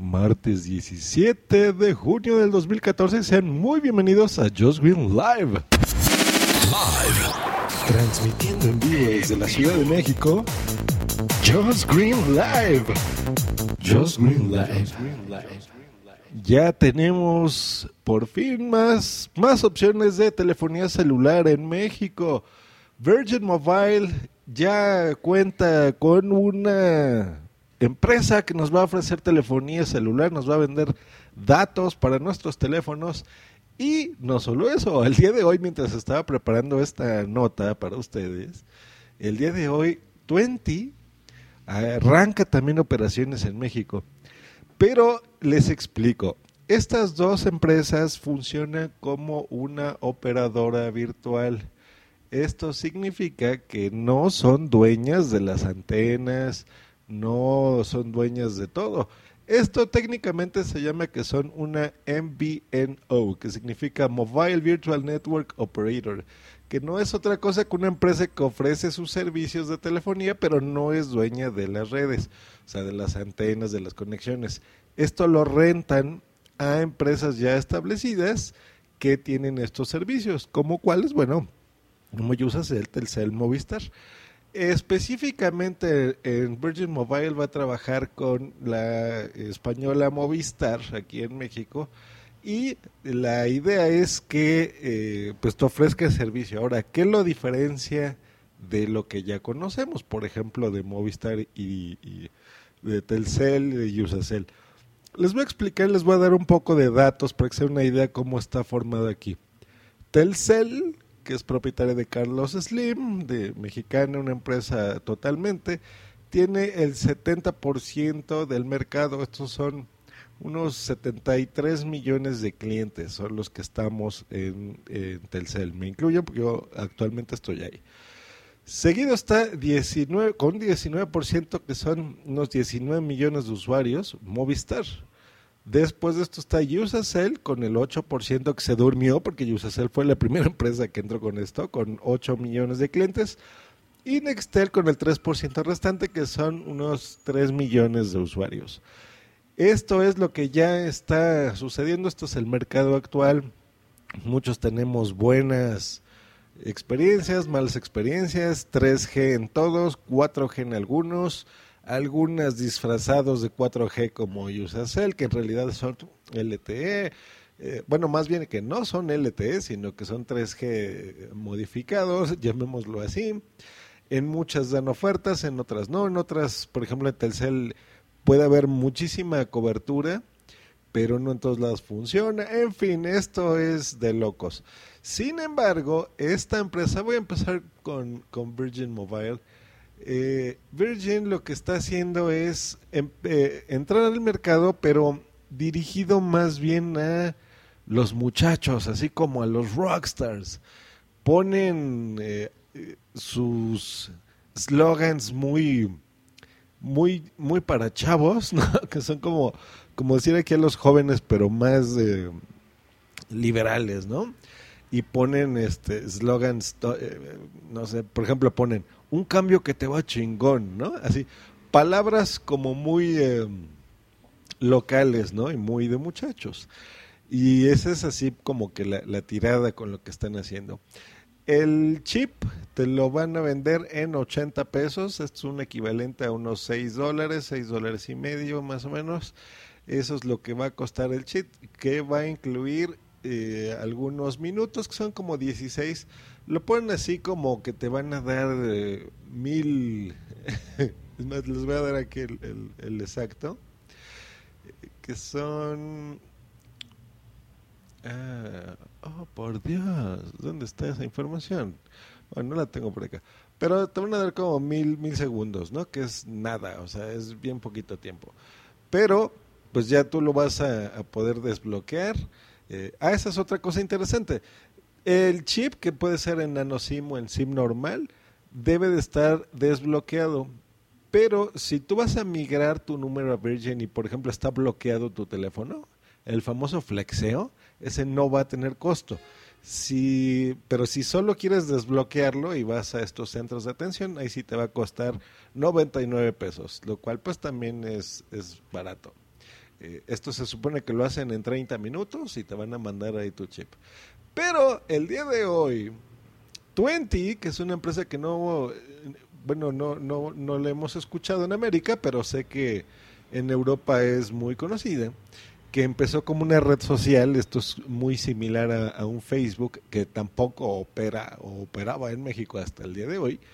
Martes 17 de junio del 2014. Sean muy bienvenidos a Just Green Live. Transmitiendo en vivo desde la Ciudad de México. Just Green Live. Just Green Live. Ya tenemos por fin más opciones de telefonía celular en México. Virgin Mobile ya cuenta con una empresa que nos va a ofrecer telefonía celular, nos va a vender datos para nuestros teléfonos. Y no solo eso, el día de hoy, mientras estaba preparando esta nota para ustedes, el día de hoy Tuenti arranca también operaciones en México. Pero les explico, estas dos empresas funcionan como una operadora virtual. Esto significa que no son dueñas de las antenas, no son dueñas de todo. Esto técnicamente se llama que son una MVNO, que significa Mobile Virtual Network Operator, que no es otra cosa que una empresa que ofrece sus servicios de telefonía, pero no es dueña de las redes, o sea, de las antenas, de las conexiones. Esto lo rentan a empresas ya establecidas que tienen estos servicios, como cuáles, bueno, como Usacell, Telcel, Movistar. Específicamente en Virgin Mobile va a trabajar con la española Movistar aquí en México, y la idea es que pues te ofrezca el servicio. Ahora, ¿qué lo diferencia de lo que ya conocemos? Por ejemplo, de Movistar y de Telcel y Usacell. Les voy a explicar, les voy a dar un poco de datos para que se den una idea cómo está formado aquí. Telcel, que es propietaria de Carlos Slim, de mexicana, una empresa totalmente, tiene el 70% del mercado. Estos son unos 73 millones de clientes, son los que estamos en Telcel. Me incluyo porque yo actualmente estoy ahí. Seguido está con 19%, que son unos 19 millones de usuarios, Movistar. Después de esto está Usacell con el 8%, que se durmió porque Usacell fue la primera empresa que entró con esto, con 8 millones de clientes. Y Nextel con el 3% restante, que son unos 3 millones de usuarios. Esto es lo que ya está sucediendo, esto es el mercado actual. Muchos tenemos buenas experiencias, malas experiencias, 3G en todos, 4G en algunas disfrazados de 4G como Usacell, que en realidad son LTE, bueno, más bien que no son LTE, sino que son 3G modificados, llamémoslo así. En muchas dan ofertas, en otras no, en otras, por ejemplo, en Telcel puede haber muchísima cobertura, pero no en todos lados funciona. En fin, esto es de locos. Sin embargo, esta empresa, voy a empezar con Virgin Mobile. Virgin lo que está haciendo es entrar al mercado, pero dirigido más bien a los muchachos, así como a los rockstars. Ponen sus slogans muy para chavos, ¿no? Que son como decir aquí a los jóvenes, pero más liberales, ¿no? Y ponen slogans, no sé, por ejemplo ponen un cambio que te va chingón, ¿no? Así, palabras como muy locales, ¿no? Y muy de muchachos. Y esa es así como que la tirada con lo que están haciendo. El chip te lo van a vender en 80 pesos, esto es un equivalente a unos $6, $6.50 más o menos. Eso es lo que va a costar el chip, que va a incluir algunos minutos, que son como 16. Lo ponen así como que te van a dar 1000. Es más, les voy a dar aquí el exacto, que son... oh, por Dios, ¿dónde está esa información? Bueno, no la tengo por acá. Pero te van a dar como 1000 segundos, ¿no? Que es nada, o sea, es bien poquito tiempo. Pero, pues ya tú lo vas a poder desbloquear. Esa es otra cosa interesante. El chip, que puede ser en nano SIM o en SIM normal, debe de estar desbloqueado. Pero si tú vas a migrar tu número a Virgin y, por ejemplo, está bloqueado tu teléfono, el famoso flexeo, ese no va a tener costo. Pero si solo quieres desbloquearlo y vas a estos centros de atención, ahí sí te va a costar 99 pesos, lo cual pues también es barato. Esto se supone que lo hacen en 30 minutos y te van a mandar ahí tu chip. Pero el día de hoy, Twenty, que es una empresa que no la hemos escuchado en América, pero sé que en Europa es muy conocida, que empezó como una red social. Esto es muy similar a un Facebook, que tampoco operaba en México hasta el día de hoy.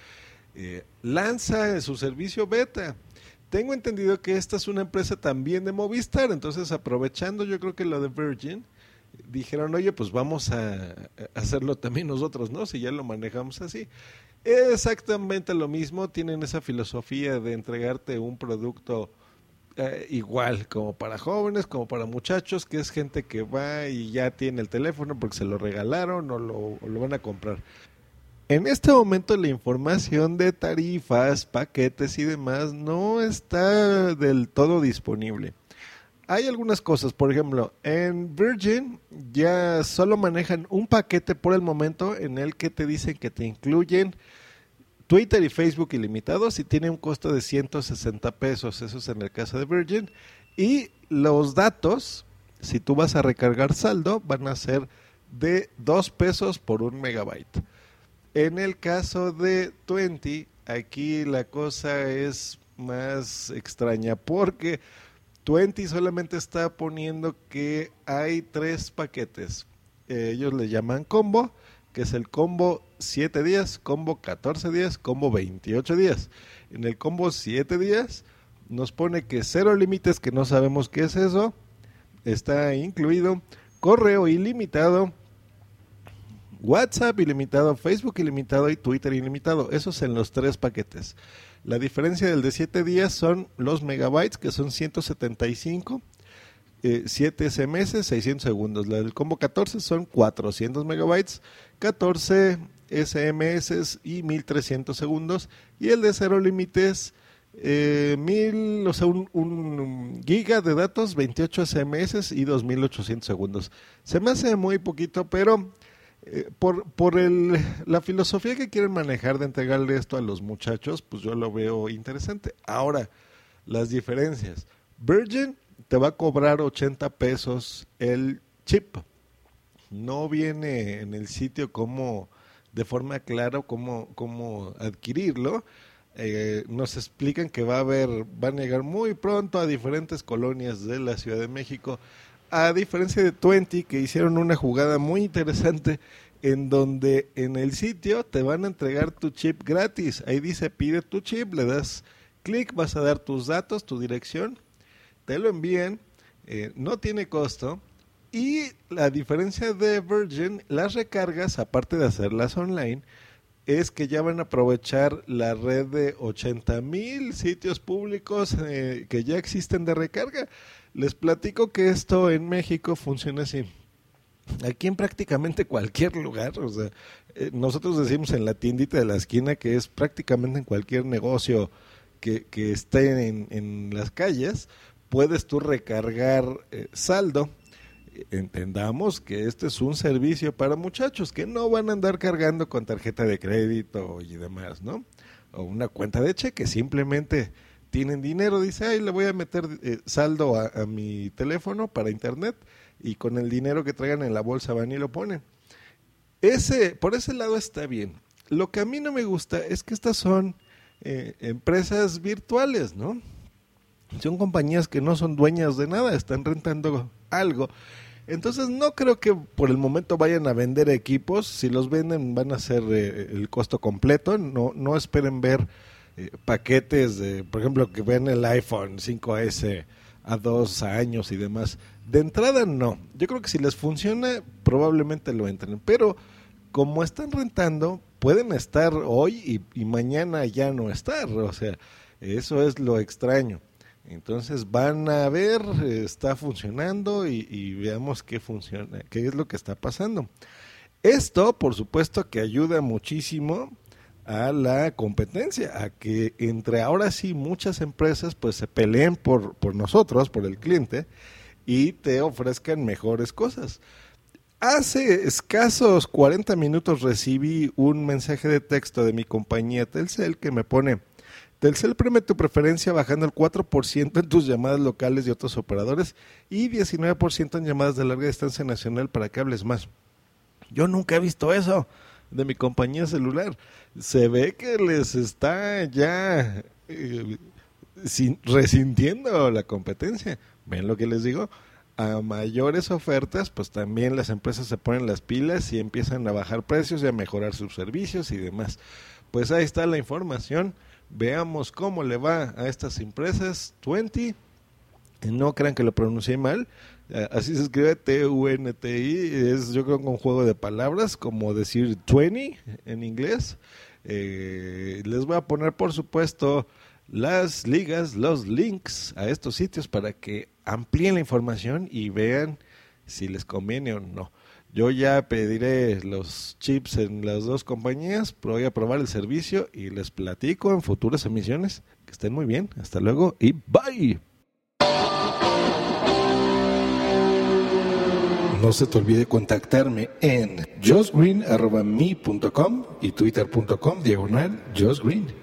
Lanza su servicio beta. Tengo entendido que esta es una empresa también de Movistar, entonces aprovechando yo creo que lo de Virgin, dijeron, oye, pues vamos a hacerlo también nosotros, ¿no? Si ya lo manejamos así. Exactamente lo mismo, tienen esa filosofía de entregarte un producto igual, como para jóvenes, como para muchachos, que es gente que va y ya tiene el teléfono porque se lo regalaron o lo van a comprar. En este momento la información de tarifas, paquetes y demás no está del todo disponible. Hay algunas cosas, por ejemplo, en Virgin ya solo manejan un paquete por el momento en el que te dicen que te incluyen Twitter y Facebook ilimitados y tiene un costo de 160 pesos, eso es en el caso de Virgin. Y los datos, si tú vas a recargar saldo, van a ser de 2 pesos por 1 megabyte. En el caso de Twenty, aquí la cosa es más extraña porque Twenty solamente está poniendo que hay 3 paquetes. Ellos le llaman combo, que es el combo 7 días, combo 14 días, combo 28 días. En el combo 7 días nos pone que 0 límites, que no sabemos qué es eso, está incluido, correo ilimitado, WhatsApp ilimitado, Facebook ilimitado y Twitter ilimitado. Esos en los 3 paquetes. La diferencia del de 7 días son los megabytes, que son 175, 7 SMS, 600 segundos. La del combo 14 son 400 megabytes, 14 SMS y 1300 segundos. Y el de 0 límites, 1000, o sea, un giga de datos, 28 SMS y 2800 segundos. Se me hace muy poquito, pero la filosofía que quieren manejar de entregarle esto a los muchachos, pues yo lo veo interesante. Ahora, las diferencias. Virgin te va a cobrar 80 pesos el chip. No viene en el sitio de forma clara cómo adquirirlo. Nos explican que van a llegar muy pronto a diferentes colonias de la Ciudad de México. A diferencia de Twenty, que hicieron una jugada muy interesante en donde en el sitio te van a entregar tu chip gratis. Ahí dice pide tu chip, le das clic, vas a dar tus datos, tu dirección, te lo envían, no tiene costo. Y la diferencia de Virgin, las recargas, aparte de hacerlas online, es que ya van a aprovechar la red de 80,000 sitios públicos que ya existen de recarga. Les platico que esto en México funciona así. Aquí en prácticamente cualquier lugar, o sea, nosotros decimos en la tiendita de la esquina, que es prácticamente en cualquier negocio que esté en las calles, puedes tú recargar saldo. Entendamos que este es un servicio para muchachos que no van a andar cargando con tarjeta de crédito y demás, ¿no? O una cuenta de cheque, simplemente tienen dinero, dice, ay, le voy a meter saldo a mi teléfono para internet, y con el dinero que traigan en la bolsa van y lo ponen. Por ese lado está bien. Lo que a mí no me gusta es que estas son empresas virtuales, ¿no? Son compañías que no son dueñas de nada, están rentando algo. Entonces no creo que por el momento vayan a vender equipos. Si los venden van a ser el costo completo. No esperen ver paquetes de, por ejemplo, que ven el iPhone 5S a 2 años y demás. De entrada no. Yo creo que si les funciona probablemente lo entren. Pero como están rentando, pueden estar hoy y mañana ya no estar. O sea, eso es lo extraño. Entonces van a ver, está funcionando y veamos qué funciona, qué es lo que está pasando. Esto, por supuesto, que ayuda muchísimo a la competencia, a que entre ahora sí muchas empresas pues se peleen por nosotros, por el cliente, y te ofrezcan mejores cosas. Hace escasos 40 minutos recibí un mensaje de texto de mi compañía Telcel que me pone: Telcel premia tu preferencia bajando el 4% en tus llamadas locales y otros operadores y 19% en llamadas de larga distancia nacional para que hables más. Yo nunca he visto eso de mi compañía celular. Se ve que les está ya resintiendo la competencia. ¿Ven lo que les digo? A mayores ofertas, pues también las empresas se ponen las pilas y empiezan a bajar precios y a mejorar sus servicios y demás. Pues ahí está la información. Veamos cómo le va a estas empresas. 20, no crean que lo pronuncié mal, así se escribe T-U-N-T-I, es yo creo que un juego de palabras, como decir 20 en inglés. Les voy a poner por supuesto las ligas, los links a estos sitios para que amplíen la información y vean si les conviene o no. Yo ya pediré los chips en las dos compañías, voy a probar el servicio y les platico en futuras emisiones. Que estén muy bien, hasta luego y bye. No se te olvide contactarme en joshgreen@me.com y twitter.com/joshgreen.